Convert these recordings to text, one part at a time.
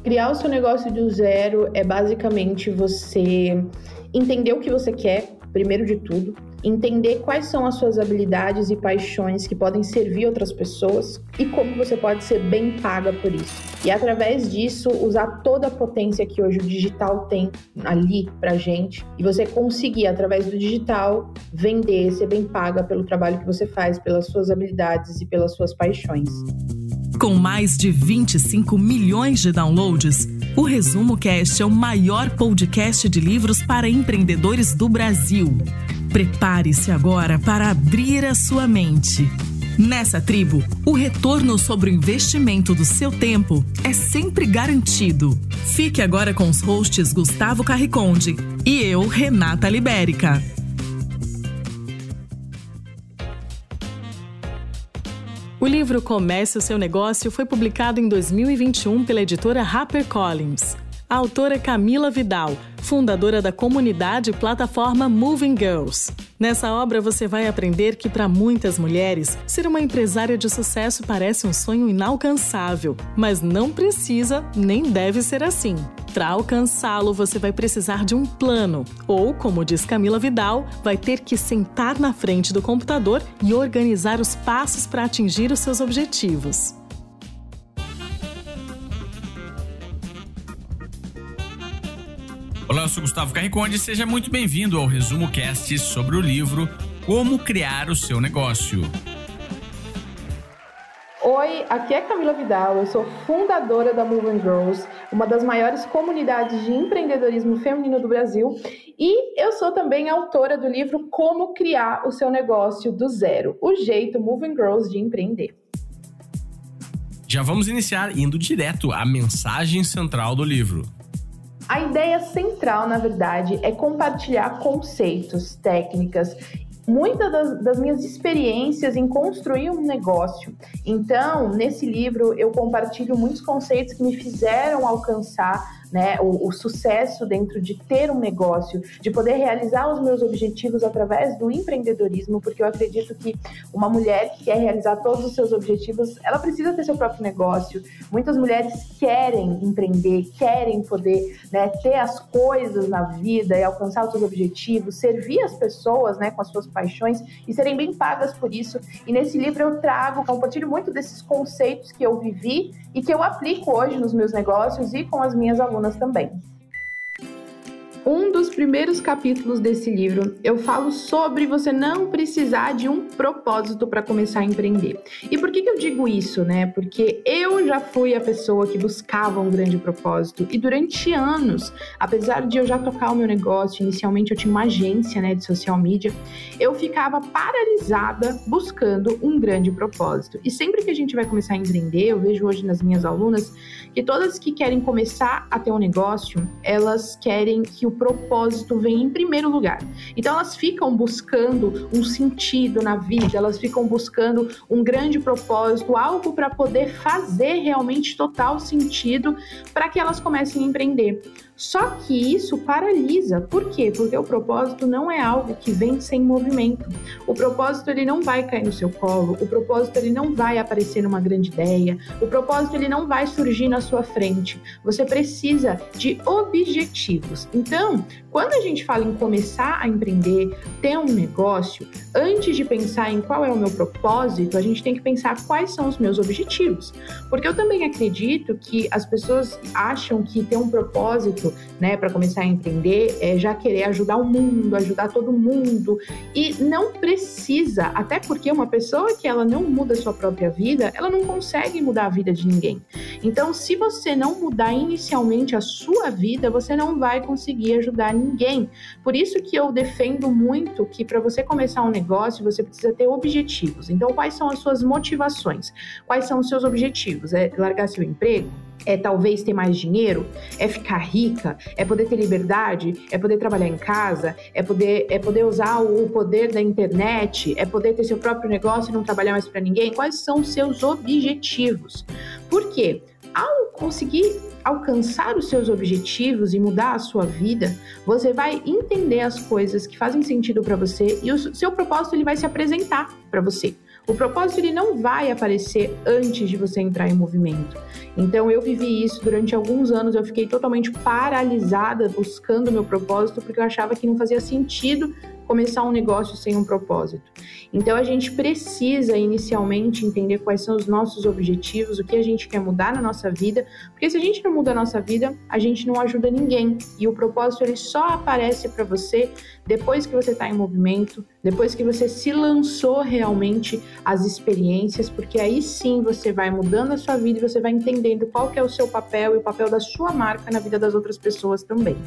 Criar o seu negócio do zero é basicamente você entender o que você quer, primeiro de tudo, entender quais são as suas habilidades e paixões que podem servir outras pessoas e como você pode ser bem paga por isso. E através disso, usar toda a potência que hoje o digital tem ali pra gente e você conseguir, através do digital, vender, ser bem paga pelo trabalho que você faz, pelas suas habilidades e pelas suas paixões. Com mais de 25 milhões de downloads, o Resumo Cast é o maior podcast de livros para empreendedores do Brasil. Prepare-se agora para abrir a sua mente. Nessa tribo, o retorno sobre o investimento do seu tempo é sempre garantido. Fique agora com os hosts Gustavo Carriconde e eu, Renata Libérica. O livro Comece o Seu Negócio foi publicado em 2021 pela editora HarperCollins. A autora é Camila Vidal, fundadora da comunidade e plataforma Moving Girls. Nessa obra você vai aprender que para muitas mulheres, ser uma empresária de sucesso parece um sonho inalcançável, mas não precisa nem deve ser assim. Para alcançá-lo, você vai precisar de um plano, ou, como diz Camila Vidal, vai ter que sentar na frente do computador e organizar os passos para atingir os seus objetivos. Olá, eu sou Gustavo Carriconde e seja muito bem-vindo ao Resumo Cast sobre o livro Como Criar o Seu Negócio. Oi, aqui é Camila Vidal, eu sou fundadora da Moving Girls, uma das maiores comunidades de empreendedorismo feminino do Brasil, e eu sou também autora do livro Como Criar o Seu Negócio do Zero, o jeito Moving Girls de empreender. Já vamos iniciar indo direto à mensagem central do livro. A ideia central, na verdade, é compartilhar conceitos, técnicas, muitas das minhas experiências em construir um negócio. Então, nesse livro, eu compartilho muitos conceitos que me fizeram alcançar o sucesso dentro de ter um negócio, de poder realizar os meus objetivos através do empreendedorismo, porque eu acredito que uma mulher que quer realizar todos os seus objetivos, ela precisa ter seu próprio negócio. Muitas mulheres querem empreender, querem poder ter as coisas na vida e alcançar os seus objetivos, servir as pessoas com as suas paixões e serem bem pagas por isso. E nesse livro eu compartilho muito desses conceitos que eu vivi e que eu aplico hoje nos meus negócios e com as minhas alunas também. Um dos primeiros capítulos desse livro, eu falo sobre você não precisar de um propósito para começar a empreender. E por que eu digo isso, Porque eu já fui a pessoa que buscava um grande propósito e durante anos, apesar de eu já tocar o meu negócio, inicialmente eu tinha uma agência, de social media, eu ficava paralisada buscando um grande propósito. E sempre que a gente vai começar a empreender, eu vejo hoje nas minhas alunas que todas que querem começar a ter um negócio, elas querem que o propósito vem em primeiro lugar. Então elas ficam buscando um sentido na vida, elas ficam buscando um grande propósito, algo para poder fazer realmente total sentido para que elas comecem a empreender. Só que isso paralisa. Por quê? Porque o propósito não é algo que vem sem movimento. O propósito ele não vai cair no seu colo, o propósito ele não vai aparecer numa grande ideia, o propósito ele não vai surgir na sua frente. Você precisa de objetivos. Então, quando a gente fala em começar a empreender, ter um negócio, antes de pensar em qual é o meu propósito, a gente tem que pensar quais são os meus objetivos. Porque eu também acredito que as pessoas acham que ter um propósito, para começar a empreender, é já querer ajudar o mundo, ajudar todo mundo. E não precisa, até porque uma pessoa que ela não muda a sua própria vida, ela não consegue mudar a vida de ninguém. Então, se você não mudar inicialmente a sua vida, você não vai conseguir ajudar ninguém. Por isso que eu defendo muito que para você começar um negócio, você precisa ter objetivos. Então, quais são as suas motivações? Quais são os seus objetivos? É largar seu emprego? É talvez ter mais dinheiro? É ficar rica? É poder ter liberdade? É poder trabalhar em casa? É poder usar o poder da internet? É poder ter seu próprio negócio e não trabalhar mais para ninguém? Quais são os seus objetivos? Por quê? Ao conseguir alcançar os seus objetivos e mudar a sua vida, você vai entender as coisas que fazem sentido para você e o seu propósito ele vai se apresentar para você. O propósito ele não vai aparecer antes de você entrar em movimento. Então eu vivi isso durante alguns anos, eu fiquei totalmente paralisada buscando o meu propósito porque eu achava que não fazia sentido começar um negócio sem um propósito. Então a gente precisa inicialmente entender quais são os nossos objetivos, o que a gente quer mudar na nossa vida, porque se a gente não muda a nossa vida, a gente não ajuda ninguém. E o propósito ele só aparece para você depois que você está em movimento, depois que você se lançou realmente às experiências, porque aí sim você vai mudando a sua vida e você vai entendendo qual que é o seu papel e o papel da sua marca na vida das outras pessoas também.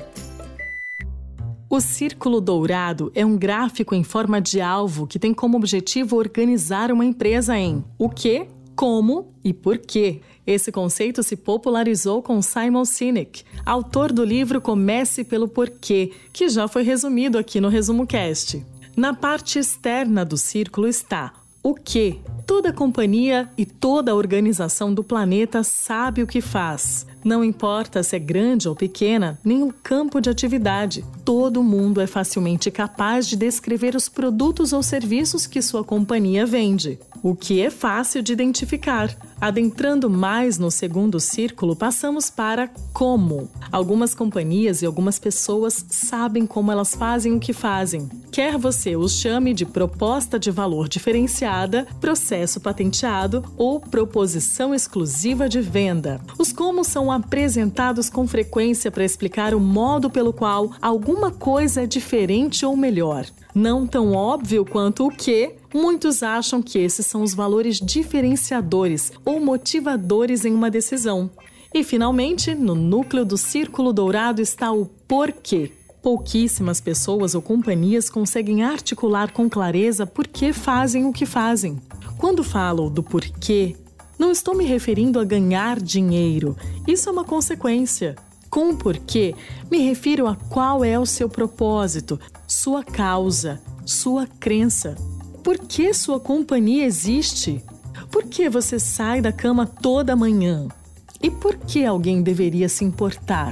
O círculo dourado é um gráfico em forma de alvo que tem como objetivo organizar uma empresa em o que, como e por quê. Esse conceito se popularizou com Simon Sinek, autor do livro Comece pelo Porquê, que já foi resumido aqui no Resumo Cast. Na parte externa do círculo está o que. Toda companhia e toda organização do planeta sabe o que faz. Não importa se é grande ou pequena, nem o campo de atividade. Todo mundo é facilmente capaz de descrever os produtos ou serviços que sua companhia vende. O que é fácil de identificar. Adentrando mais no segundo círculo, passamos para como. Algumas companhias e algumas pessoas sabem como elas fazem o que fazem. Quer você os chame de proposta de valor diferenciada, processo patenteado ou proposição exclusiva de venda. Os como são apresentados com frequência para explicar o modo pelo qual alguma coisa é diferente ou melhor. Não tão óbvio quanto o que, muitos acham que esses são os valores diferenciadores ou motivadores em uma decisão. E, finalmente, no núcleo do círculo dourado está o porquê. Pouquíssimas pessoas ou companhias conseguem articular com clareza por que fazem o que fazem. Quando falo do porquê, não estou me referindo a ganhar dinheiro. Isso é uma consequência. Com o porquê, me refiro a qual é o seu propósito, sua causa, sua crença. Por que sua companhia existe? Por que você sai da cama toda manhã? E por que alguém deveria se importar?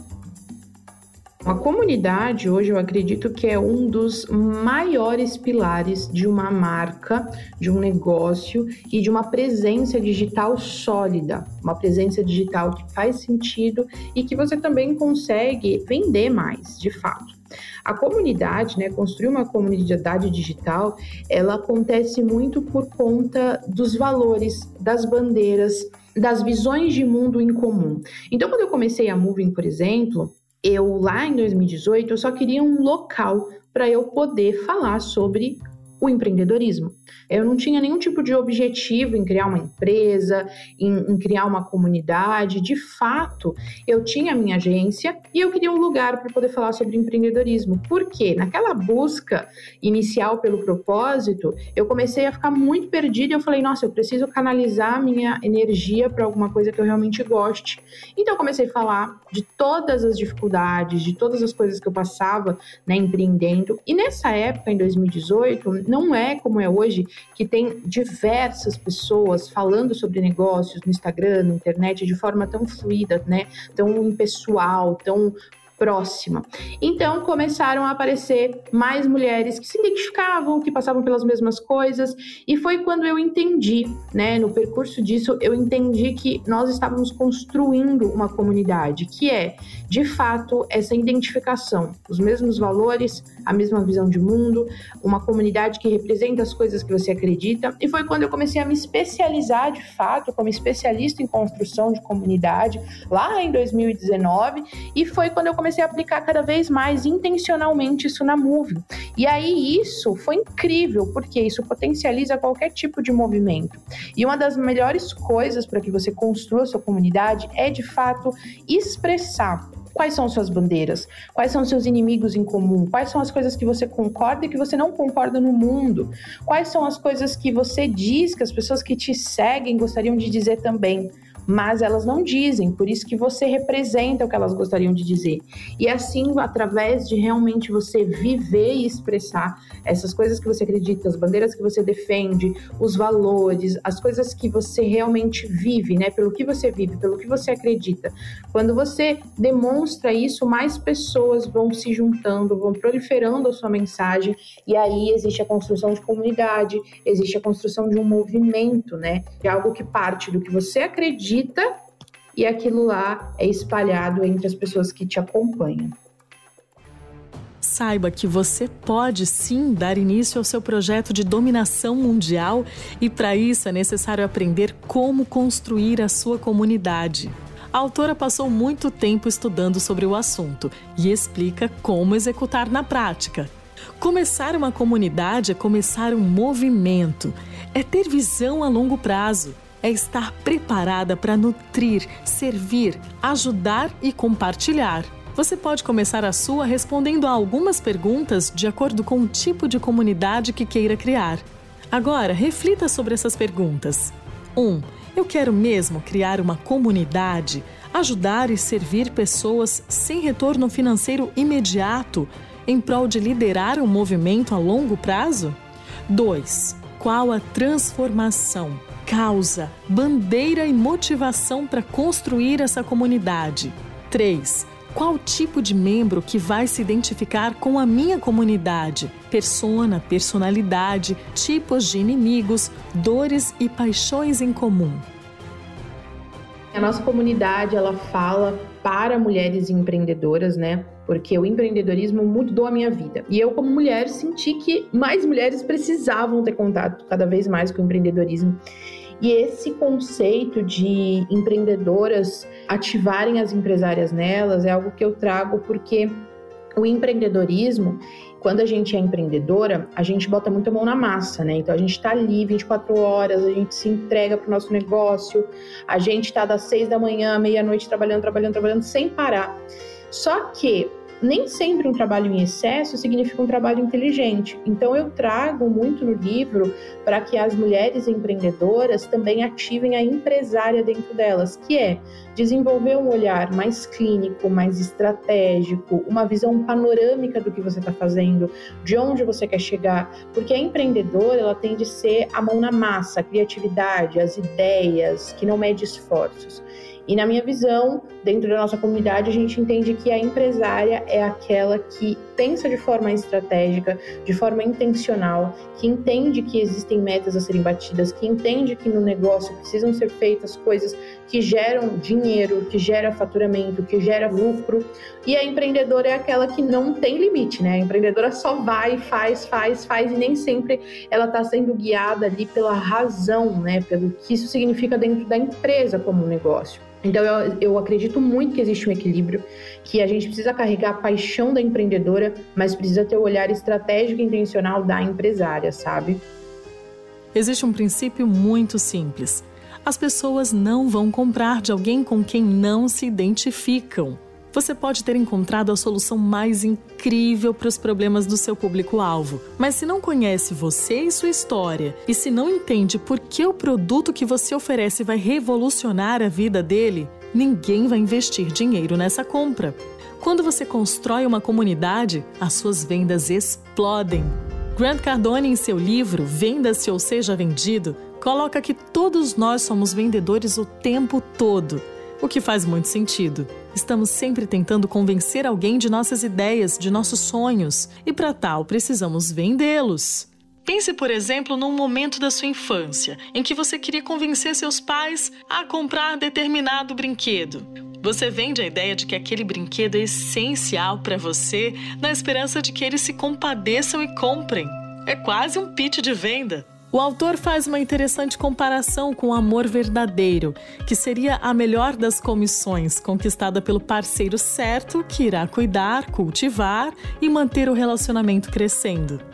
A comunidade, hoje, eu acredito que é um dos maiores pilares de uma marca, de um negócio e de uma presença digital sólida. Uma presença digital que faz sentido e que você também consegue vender mais, de fato. A comunidade, construir uma comunidade digital, ela acontece muito por conta dos valores, das bandeiras, das visões de mundo em comum. Então, quando eu comecei a Moving, por exemplo, lá em 2018, eu só queria um local para eu poder falar sobre o empreendedorismo. Eu não tinha nenhum tipo de objetivo em criar uma empresa, em criar uma comunidade. De fato, eu tinha a minha agência e eu queria um lugar para poder falar sobre empreendedorismo. Por quê? Naquela busca inicial pelo propósito, eu comecei a ficar muito perdida e eu falei, nossa, eu preciso canalizar minha energia para alguma coisa que eu realmente goste. Então, eu comecei a falar de todas as dificuldades, de todas as coisas que eu passava, empreendendo. E nessa época, em 2018, não é como é hoje, que tem diversas pessoas falando sobre negócios no Instagram, na internet, de forma tão fluida, tão impessoal, tão próxima. Então, começaram a aparecer mais mulheres que se identificavam, que passavam pelas mesmas coisas, e foi quando eu entendi, no percurso disso, eu entendi que nós estávamos construindo uma comunidade, que é, de fato, essa identificação, os mesmos valores, a mesma visão de mundo, uma comunidade que representa as coisas que você acredita, e foi quando eu comecei a me especializar, de fato, como especialista em construção de comunidade, lá em 2019, e foi quando eu comecei a aplicar cada vez mais intencionalmente isso na Moving. E aí isso foi incrível, porque isso potencializa qualquer tipo de movimento. E uma das melhores coisas para que você construa a sua comunidade é, de fato, expressar quais são suas bandeiras, quais são seus inimigos em comum, quais são as coisas que você concorda e que você não concorda no mundo, quais são as coisas que você diz que as pessoas que te seguem gostariam de dizer também. mas elas não dizem, por isso que você representa o que elas gostariam de dizer. E assim, através de realmente você viver e expressar essas coisas que você acredita, as bandeiras que você defende, os valores, as coisas que você realmente vive, né? Pelo que você vive, pelo que você acredita. Quando você demonstra isso, mais pessoas vão se juntando, vão proliferando a sua mensagem, e aí existe a construção de comunidade, existe a construção de um movimento, né? De algo que parte do que você acredita e aquilo lá é espalhado entre as pessoas que te acompanham. Saiba que você pode sim dar início ao seu projeto de dominação mundial e para isso é necessário aprender como construir a sua comunidade. A autora passou muito tempo estudando sobre o assunto e explica como executar na prática. Começar uma comunidade é começar um movimento, é ter visão a longo prazo, é estar preparada para nutrir, servir, ajudar e compartilhar. Você pode começar a sua respondendo a algumas perguntas de acordo com o tipo de comunidade que queira criar. Agora, reflita sobre essas perguntas. 1. Eu quero mesmo criar uma comunidade, ajudar e servir pessoas sem retorno financeiro imediato, em prol de liderar um movimento a longo prazo? 2. Qual a transformação, causa, bandeira e motivação para construir essa comunidade? 3. Qual tipo de membro que vai se identificar com a minha comunidade? Persona, personalidade, tipos de inimigos, dores e paixões em comum. A nossa comunidade, ela fala para mulheres empreendedoras, né? Porque o empreendedorismo mudou a minha vida. E eu, como mulher, senti que mais mulheres precisavam ter contato cada vez mais com o empreendedorismo. E esse conceito de empreendedoras ativarem as empresárias nelas é algo que eu trago porque o empreendedorismo, quando a gente é empreendedora, a gente bota muita mão na massa, né? Então a gente tá ali 24 horas, a gente se entrega pro nosso negócio, a gente tá das 6 da manhã à meia-noite trabalhando sem parar. Só que nem sempre um trabalho em excesso significa um trabalho inteligente. Então eu trago muito no livro para que as mulheres empreendedoras também ativem a empresária dentro delas, que é desenvolver um olhar mais clínico, mais estratégico, uma visão panorâmica do que você está fazendo, de onde você quer chegar, porque a empreendedora, ela tem de ser a mão na massa, a criatividade, as ideias, que não mede esforços. E na minha visão, dentro da nossa comunidade, a gente entende que a empresária é aquela que pensa de forma estratégica, de forma intencional, que entende que existem metas a serem batidas, que entende que no negócio precisam ser feitas coisas que geram dinheiro, que gera faturamento, que gera lucro. E a empreendedora é aquela que não tem limite, né? A empreendedora só vai, faz, e nem sempre ela está sendo guiada ali pela razão, né? Pelo que isso significa dentro da empresa como um negócio. Então eu acredito muito que existe um equilíbrio, que a gente precisa carregar a paixão da empreendedora, mas precisa ter o olhar estratégico e intencional da empresária, sabe? Existe um princípio muito simples. As pessoas não vão comprar de alguém com quem não se identificam. Você pode ter encontrado a solução mais incrível para os problemas do seu público-alvo, mas se não conhece você e sua história, e se não entende por que o produto que você oferece vai revolucionar a vida dele, ninguém vai investir dinheiro nessa compra. Quando você constrói uma comunidade, as suas vendas explodem. Grant Cardone, em seu livro Venda-se ou Seja Vendido, coloca que todos nós somos vendedores o tempo todo, o que faz muito sentido. Estamos sempre tentando convencer alguém de nossas ideias, de nossos sonhos, e para tal precisamos vendê-los. Pense, por exemplo, num momento da sua infância, em que você queria convencer seus pais a comprar determinado brinquedo. Você vende a ideia de que aquele brinquedo é essencial para você, na esperança de que eles se compadeçam e comprem. É quase um pitch de venda. O autor faz uma interessante comparação com o amor verdadeiro, que seria a melhor das comissões, conquistada pelo parceiro certo, que irá cuidar, cultivar e manter o relacionamento crescendo.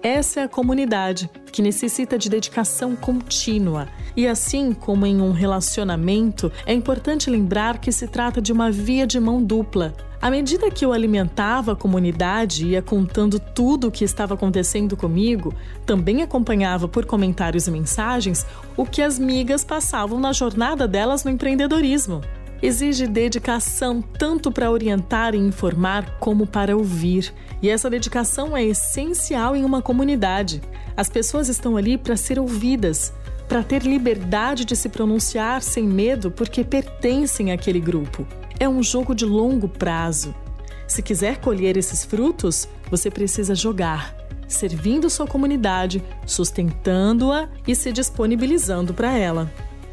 Essa é a comunidade, que necessita de dedicação contínua. E assim como em um relacionamento, é importante lembrar que se trata de uma via de mão dupla. À medida que eu alimentava a comunidade e ia contando tudo o que estava acontecendo comigo, também acompanhava por comentários e mensagens o que as migas passavam na jornada delas no empreendedorismo. Exige dedicação tanto para orientar e informar como para ouvir. E essa dedicação é essencial em uma comunidade. As pessoas estão ali para ser ouvidas, para ter liberdade de se pronunciar sem medo porque pertencem àquele grupo. É um jogo de longo prazo. Se quiser colher esses frutos, você precisa jogar, servindo sua comunidade, sustentando-a e se disponibilizando para ela.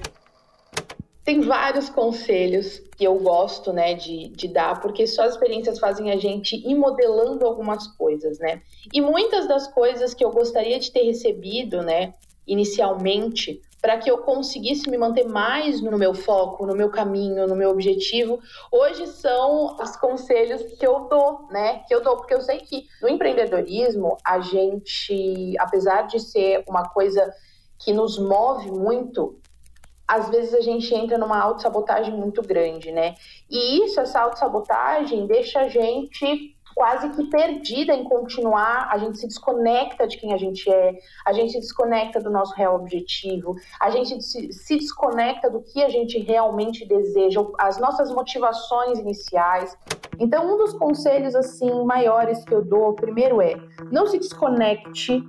Tem vários conselhos que eu gosto, né, de dar, porque só as experiências fazem a gente ir modelando algumas coisas, né? E muitas das coisas que eu gostaria de ter recebido, né, inicialmente, para que eu conseguisse me manter mais no meu foco, no meu caminho, no meu objetivo, hoje são os conselhos que eu dou, né? Porque eu sei que no empreendedorismo, a gente, apesar de ser uma coisa que nos move muito, às vezes a gente entra numa autossabotagem muito grande, né? E essa autossabotagem deixa a gente quase que perdida em continuar, a gente se desconecta de quem a gente é, a gente se desconecta do nosso real objetivo, a gente se desconecta do que a gente realmente deseja, as nossas motivações iniciais. Então, um dos conselhos, assim, maiores que eu dou, primeiro é, não se desconecte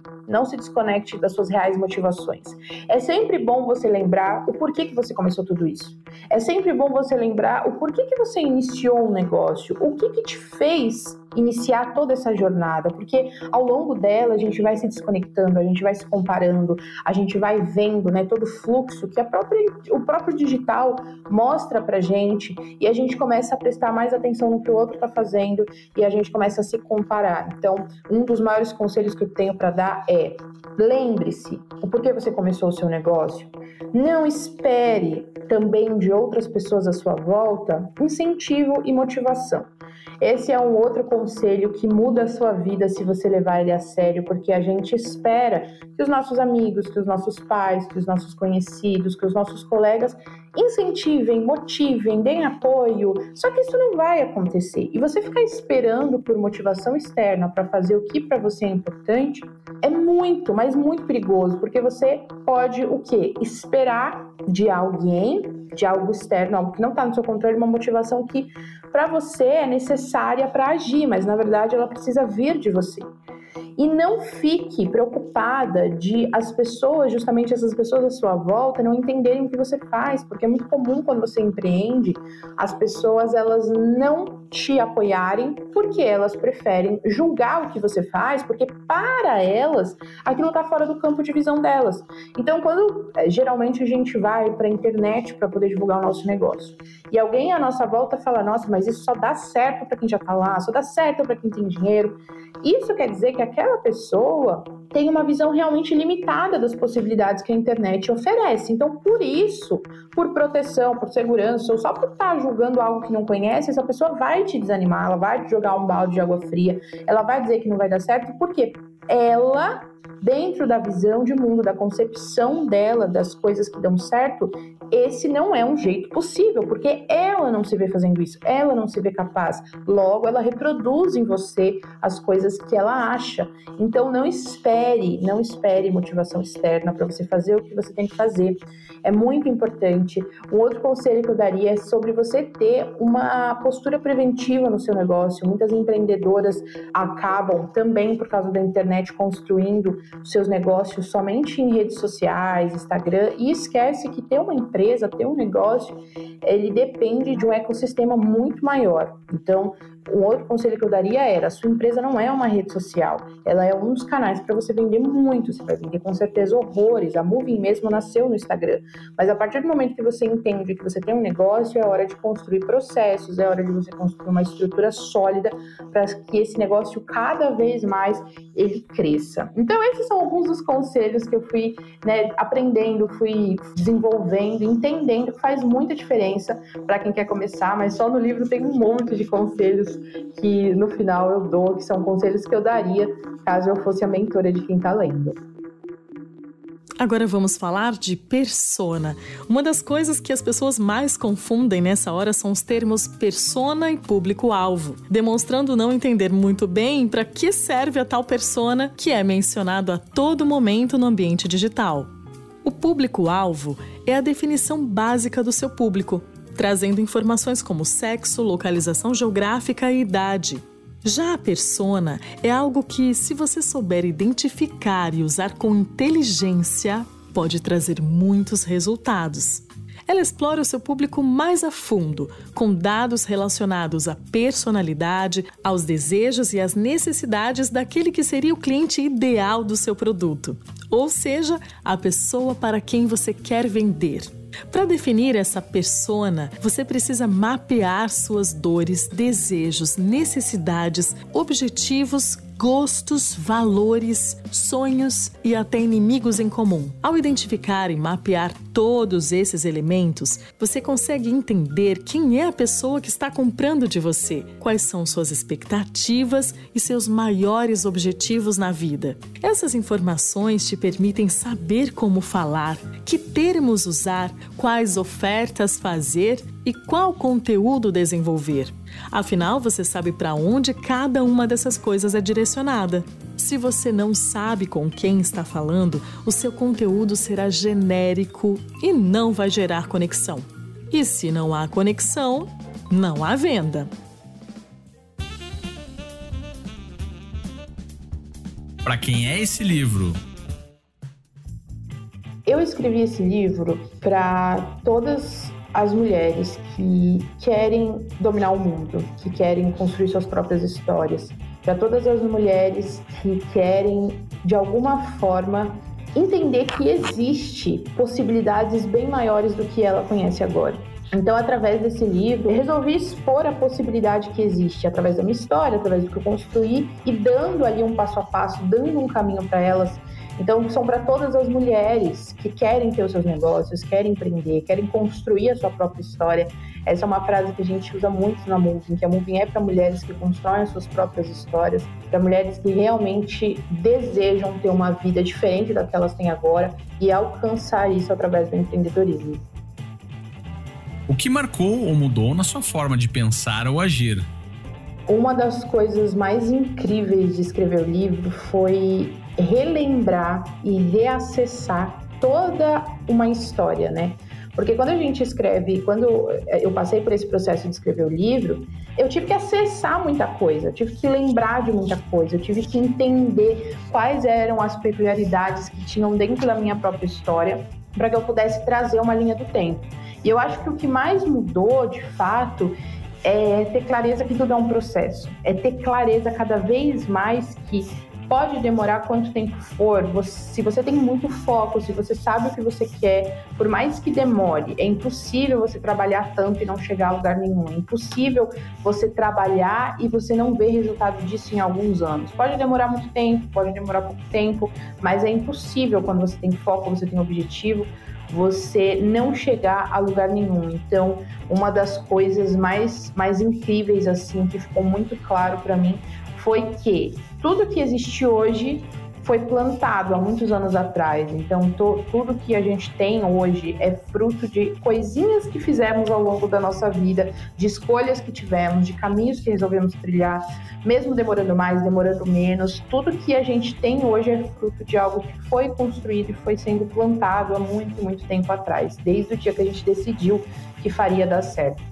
das suas reais motivações. É sempre bom você lembrar o porquê que você começou tudo isso. É sempre bom você lembrar o porquê que você iniciou um negócio, o que te fez iniciar toda essa jornada, porque ao longo dela a gente vai se desconectando, a gente vai se comparando, a gente vai vendo, né, todo o fluxo que o próprio digital mostra pra gente, e a gente começa a prestar mais atenção no que o outro tá fazendo e a gente começa a se comparar. Então, um dos maiores conselhos que eu tenho para dar é: lembre-se o porquê você começou o seu negócio. Não espere também de outras pessoas à sua volta incentivo e motivação. Esse é um outro conselho que muda a sua vida se você levar ele a sério, porque a gente espera que os nossos amigos, que os nossos pais, que os nossos conhecidos, que os nossos colegas incentivem, motivem, deem apoio, só que isso não vai acontecer. E você ficar esperando por motivação externa para fazer o que para você é importante é muito, mas muito perigoso, porque você pode o quê? Esperar de alguém, de algo externo, algo que não está no seu controle, uma motivação que para você é necessária para agir, mas na verdade ela precisa vir de você. E não fique preocupada de as pessoas, justamente essas pessoas à sua volta, não entenderem o que você faz, porque é muito comum quando você empreende, as pessoas elas não te apoiarem porque elas preferem julgar o que você faz, porque para elas aquilo está fora do campo de visão delas. Então, quando geralmente a gente vai para a internet para poder divulgar o nosso negócio e alguém à nossa volta fala: nossa, mas isso só dá certo para quem já está lá, só dá certo para quem tem dinheiro. Isso quer dizer que aquela pessoa tem uma visão realmente limitada das possibilidades que a internet oferece. Então, por isso, por proteção, por segurança, ou só por estar julgando algo que não conhece, essa pessoa vai te desanimar, ela vai te jogar um balde de água fria, ela vai dizer que não vai dar certo, porque ela, dentro da visão de mundo, da concepção dela, das coisas que dão certo, esse não é um jeito possível, porque ela não se vê fazendo isso, ela não se vê capaz. Logo, ela reproduz em você as coisas que ela acha. Então, não espere motivação externa para você fazer o que você tem que fazer. É muito importante. Um outro conselho que eu daria é sobre você ter uma postura preventiva no seu negócio. Muitas empreendedoras acabam também, por causa da internet, construindo seus negócios somente em redes sociais, Instagram, e esquece que ter uma empresa, ter um negócio, ele depende de um ecossistema muito maior. Então, um outro conselho que eu daria era: a sua empresa não é uma rede social, ela é um dos canais para você vender muito, você vai vender com certeza horrores. A Moving mesmo nasceu no Instagram, mas a partir do momento que você entende que você tem um negócio, é hora de construir processos, é hora de você construir uma estrutura sólida para que esse negócio cada vez mais ele cresça. Então, esses são alguns dos conselhos que eu fui, aprendendo, fui desenvolvendo, entendendo que faz muita diferença para quem quer começar, mas só no livro tem um monte de conselhos conselhos que no final eu dou, que são conselhos que eu daria caso eu fosse a mentora de quem está lendo. Agora vamos falar de persona. Uma das coisas que as pessoas mais confundem nessa hora são os termos persona e público-alvo, demonstrando não entender muito bem para que serve a tal persona que é mencionado a todo momento no ambiente digital. O público-alvo é a definição básica do seu público, trazendo informações como sexo, localização geográfica e idade. Já a persona é algo que, se você souber identificar e usar com inteligência, pode trazer muitos resultados. Ela explora o seu público mais a fundo, com dados relacionados à personalidade, aos desejos e às necessidades daquele que seria o cliente ideal do seu produto, ou seja, a pessoa para quem você quer vender. Para definir essa persona, você precisa mapear suas dores, desejos, necessidades, objetivos, gostos, valores, sonhos e até inimigos em comum. Ao identificar e mapear todos esses elementos, você consegue entender quem é a pessoa que está comprando de você, quais são suas expectativas e seus maiores objetivos na vida. Essas informações te permitem saber como falar, que termos usar, quais ofertas fazer e qual conteúdo desenvolver. Afinal, você sabe para onde cada uma dessas coisas é direcionada. Se você não sabe com quem está falando, o seu conteúdo será genérico e não vai gerar conexão. E se não há conexão, não há venda. Para quem é esse livro? Eu escrevi esse livro para todas as mulheres que querem dominar o mundo, que querem construir suas próprias histórias, para todas as mulheres que querem, de alguma forma, entender que existe possibilidades bem maiores do que ela conhece agora. Então, através desse livro, eu resolvi expor a possibilidade que existe, através da minha história, através do que eu construí, e dando ali um passo a passo, dando um caminho para elas. Então, são para todas as mulheres que querem ter os seus negócios, querem empreender, querem construir a sua própria história. Essa é uma frase que a gente usa muito na Moving, que a Moving é para mulheres que constroem as suas próprias histórias, para mulheres que realmente desejam ter uma vida diferente da que elas têm agora e alcançar isso através do empreendedorismo. O que marcou ou mudou na sua forma de pensar ou agir? Uma das coisas mais incríveis de escrever o livro foi relembrar e reacessar toda uma história, né? Porque quando a gente escreve, quando eu passei por esse processo de escrever o livro, eu tive que acessar muita coisa, eu tive que lembrar de muita coisa, eu tive que entender quais eram as peculiaridades que tinham dentro da minha própria história para que eu pudesse trazer uma linha do tempo. E eu acho que o que mais mudou, de fato, é ter clareza que tudo é um processo, é ter clareza cada vez mais que pode demorar quanto tempo for, se você tem muito foco, se você sabe o que você quer, por mais que demore, é impossível você trabalhar tanto e não chegar a lugar nenhum, é impossível você trabalhar e você não ver resultado disso em alguns anos. Pode demorar muito tempo, pode demorar pouco tempo, mas é impossível quando você tem foco, você tem objetivo, você não chegar a lugar nenhum. Então, uma das coisas mais incríveis, assim, que ficou muito claro para mim, foi que tudo que existe hoje foi plantado há muitos anos atrás. Então, tudo que a gente tem hoje é fruto de coisinhas que fizemos ao longo da nossa vida, de escolhas que tivemos, de caminhos que resolvemos trilhar, mesmo demorando mais, demorando menos. Tudo que a gente tem hoje é fruto de algo que foi construído e foi sendo plantado há muito, muito tempo atrás, desde o dia que a gente decidiu que faria dar certo.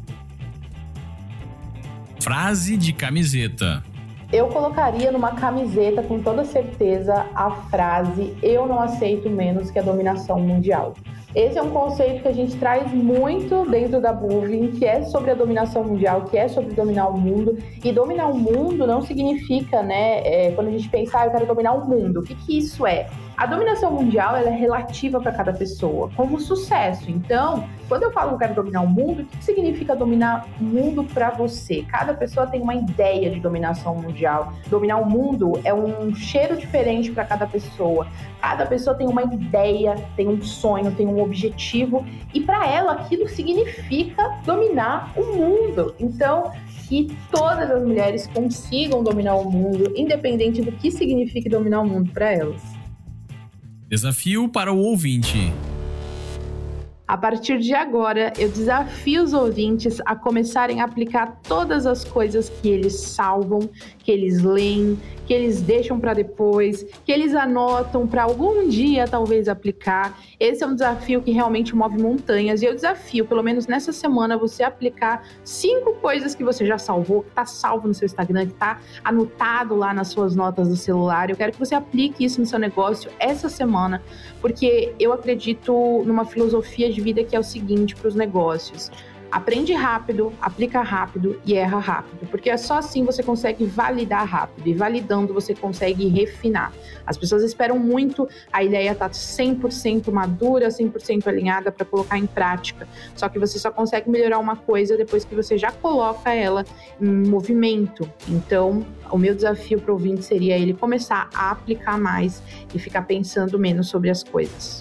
Frase de camiseta. Eu colocaria numa camiseta, com toda certeza, a frase "eu não aceito menos que a dominação mundial". Esse é um conceito que a gente traz muito dentro da Moving, que é sobre a dominação mundial, que é sobre dominar o mundo. E dominar o mundo não significa, né, quando a gente pensa, eu quero dominar o mundo. O que isso é? A dominação mundial ela é relativa para cada pessoa, como sucesso. Então, quando eu falo que eu quero dominar o mundo, o que significa dominar o mundo para você? Cada pessoa tem uma ideia de dominação mundial. Dominar o mundo é um cheiro diferente para cada pessoa. Cada pessoa tem uma ideia, tem um sonho, tem um objetivo, e para ela aquilo significa dominar o mundo. Então, que todas as mulheres consigam dominar o mundo, independente do que signifique dominar o mundo para elas. Desafio para o ouvinte. A partir de agora, eu desafio os ouvintes a começarem a aplicar todas as coisas que eles salvam, que eles leem, que eles deixam para depois, que eles anotam para algum dia talvez aplicar. Esse é um desafio que realmente move montanhas, e eu desafio, pelo menos nessa semana, você aplicar 5 coisas que você já salvou, que está salvo no seu Instagram, que está anotado lá nas suas notas do celular. Eu quero que você aplique isso no seu negócio essa semana, porque eu acredito numa filosofia de vida que é o seguinte para os negócios: aprende rápido, aplica rápido e erra rápido, porque é só assim você consegue validar rápido, e validando você consegue refinar. As pessoas esperam muito a ideia estar 100% madura, 100% alinhada para colocar em prática, só que você só consegue melhorar uma coisa depois que você já coloca ela em movimento. Então, o meu desafio para o ouvinte seria ele começar a aplicar mais e ficar pensando menos sobre as coisas.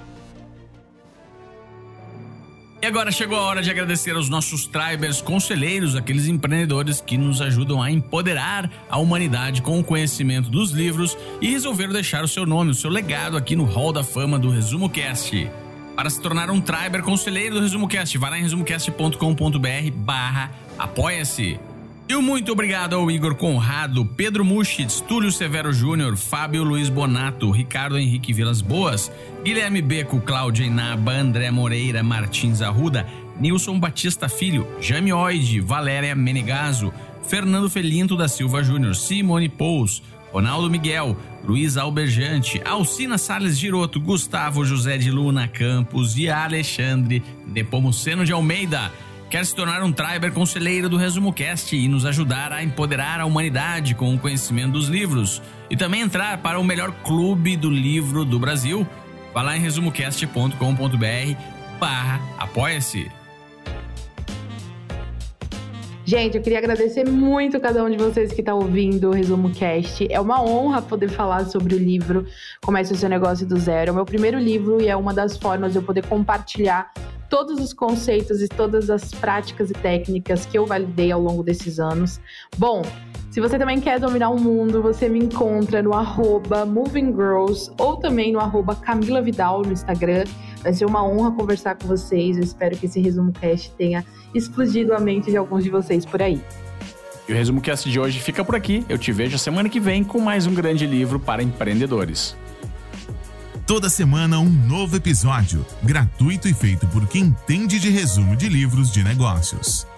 E agora chegou a hora de agradecer aos nossos Tribers conselheiros, aqueles empreendedores que nos ajudam a empoderar a humanidade com o conhecimento dos livros e resolveram deixar o seu nome, o seu legado aqui no Hall da Fama do Resumo Cast. Para se tornar um Triber conselheiro do Resumo Cast, vá lá em resumocast.com.br/apoia-se. E um muito obrigado ao Igor Conrado, Pedro Muschitz, Túlio Severo Júnior, Fábio Luiz Bonato, Ricardo Henrique Vilas Boas, Guilherme Beco, Cláudia Inaba, André Moreira, Martins Arruda, Nilson Batista Filho, Jame Oide, Valéria Menegaso, Fernando Felinto da Silva Júnior, Simone Pous, Ronaldo Miguel, Luiz Alberjante, Alcina Salles Giroto, Gustavo José de Luna Campos e Alexandre Nepomuceno de Almeida. Quer se tornar um Triber conselheiro do Resumo Cast e nos ajudar a empoderar a humanidade com o conhecimento dos livros e também entrar para o melhor clube do livro do Brasil? Vá lá em resumocast.com.br/apoia-se. Gente, eu queria agradecer muito cada um de vocês que está ouvindo o Resumo Cast. É uma honra poder falar sobre o livro Comece o Seu Negócio do Zero. É o meu primeiro livro e é uma das formas de eu poder compartilhar todos os conceitos e todas as práticas e técnicas que eu validei ao longo desses anos. Bom, se você também quer dominar o mundo, você me encontra no @movinggirls ou também no @CamilaVidal no Instagram. Vai ser uma honra conversar com vocês. Eu espero que esse Resumo Cast tenha explodido a mente de alguns de vocês por aí. E o Resumo Cast de hoje fica por aqui. Eu te vejo semana que vem com mais um grande livro para empreendedores. Toda semana um novo episódio, gratuito e feito por quem entende de resumo de livros de negócios.